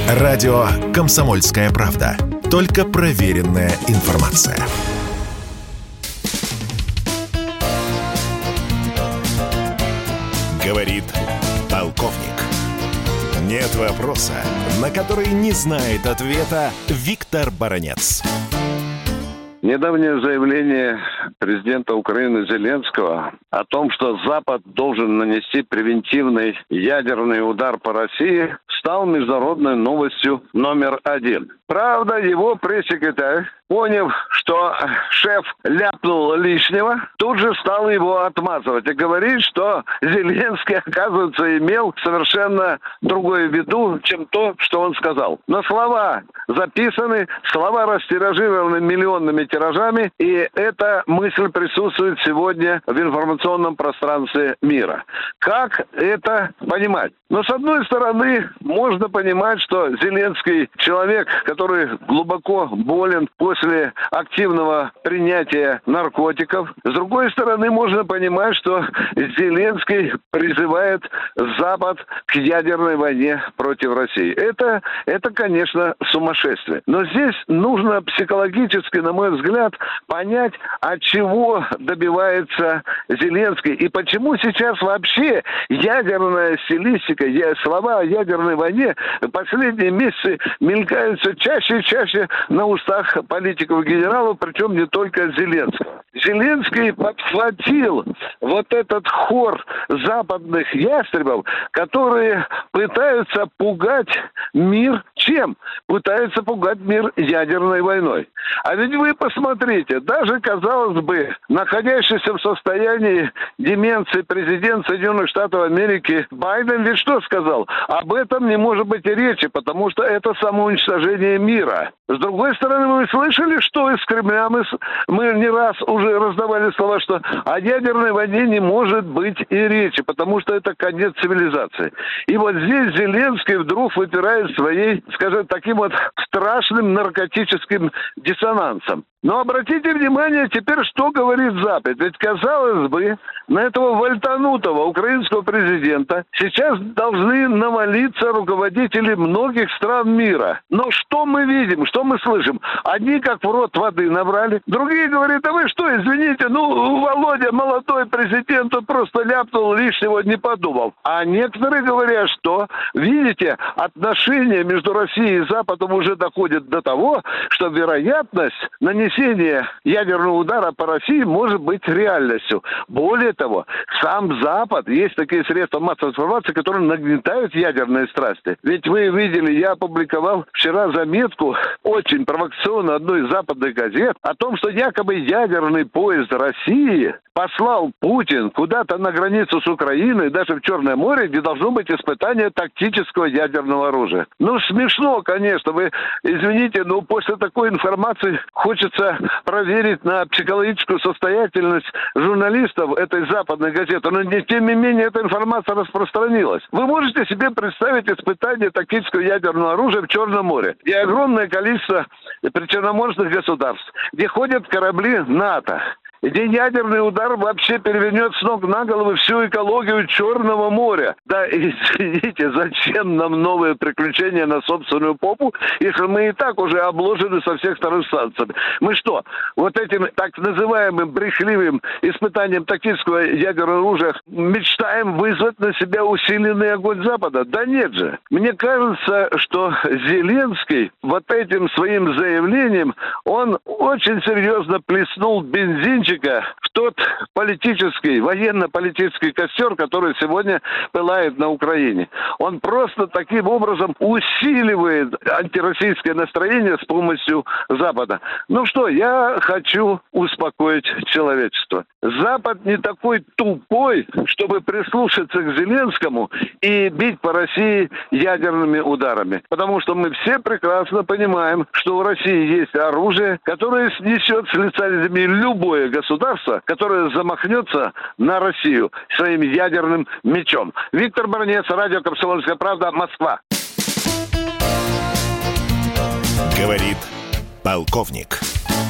Радио «Комсомольская правда». Только проверенная информация. Говорит полковник. Нет вопроса, на который не знает ответа Виктор Баранец. Недавнее заявление президента Украины Зеленского о том, что Запад должен нанести превентивный ядерный удар по России, стал международной новостью номер один. Правда, его пресс-секретарь, поняв, что шеф ляпнул лишнего, тут же стал его отмазывать и говорить, что Зеленский, оказывается, имел совершенно другое в виду, чем то, что он сказал. Но слова записаны, слова растиражированы миллионными тиражами, и эта мысль присутствует сегодня в информационном пространстве мира. Как это понимать? Но, с одной стороны, можно понимать, что Зеленский человек, который глубоко болен после активного принятия наркотиков. С другой стороны, можно понимать, что Зеленский призывает Запад к ядерной войне против России. Это, конечно, сумасшествие. Но здесь нужно психологически, на мой взгляд, понять, от чего добивается Зеленский и почему сейчас вообще ядерная стилистика, слова о ядерной войне последние месяцы мелькают все чаще и чаще на устах политиков-генералов, причем не только Зеленского. Зеленский подхватил вот этот хор западных ястребов, которые пытаются пугать мир чем? Пытаются пугать мир ядерной войной. А ведь вы посмотрите, даже, казалось бы, находящийся в состоянии деменции президент Соединенных Штатов Америки Байден ведь что сказал? Об этом не может быть и речи, потому что это самоуничтожение мира. С другой стороны, вы слышали, что из Кремля мы не раз уже раздавали слова, что о ядерной войне не может быть и речи, потому что это конец цивилизации. И вот здесь Зеленский вдруг выпирает своей, скажем, таким вот страшным наркотическим диссонансом. Но обратите внимание теперь, что говорит Запад. Ведь, казалось бы, на этого вольтанутого украинского президента сейчас должны навалиться руководители многих стран мира. Но что мы видим, что мы слышим? Одни как в рот воды набрали, другие говорят, а вы что, извините, Володя, молодой президент, он просто ляпнул лишнего, не подумал. А некоторые говорят, что, видите, отношения между Россией и Западом уже доходят до того, что вероятность нанесения ядерного удара по России может быть реальностью. Более того, сам Запад, есть такие средства массовой информации, которые нагнетают ядерные страсти. Ведь вы видели, я опубликовал вчера заметку, очень провокационную, одной из западных газет, о том, что якобы ядерный поезд России послал Путин куда-то на границу с Украиной, даже в Черное море, где должно быть испытание тактического ядерного оружия. Смешно, конечно. Вы извините, но после такой информации хочется проверить на психологическую состоятельность журналистов этой западной газеты. Но тем не менее эта информация распространилась. Вы можете себе представить испытание тактического ядерного оружия в Черном море, где огромное количество причерноморских государств, где ходят корабли НАТО, где ядерный удар вообще перевернет с ног на голову всю экологию Черного моря. Да, извините, зачем нам новые приключения на собственную попу, если мы и так уже обложены со всех сторон санкциями? Мы что, вот этим так называемым брехливым испытанием тактического ядерного оружия мечтаем вызвать на себя усиленный огонь Запада? Да нет же. Мне кажется, что Зеленский вот этим своим заявлением, он очень серьезно плеснул бензинчик в тот политический, военно-политический костер, который сегодня пылает на Украине. Он просто таким образом усиливает антироссийское настроение с помощью Запада. Я хочу успокоить человечество. Запад не такой тупой, чтобы прислушаться к Зеленскому и бить по России ядерными ударами. Потому что мы все прекрасно понимаем, что у России есть оружие, которое снесет с лица земли любое государство, которое замахнется на Россию своим ядерным мечом. Виктор Баранец, радио «Комсомольская правда», Москва. Говорит полковник.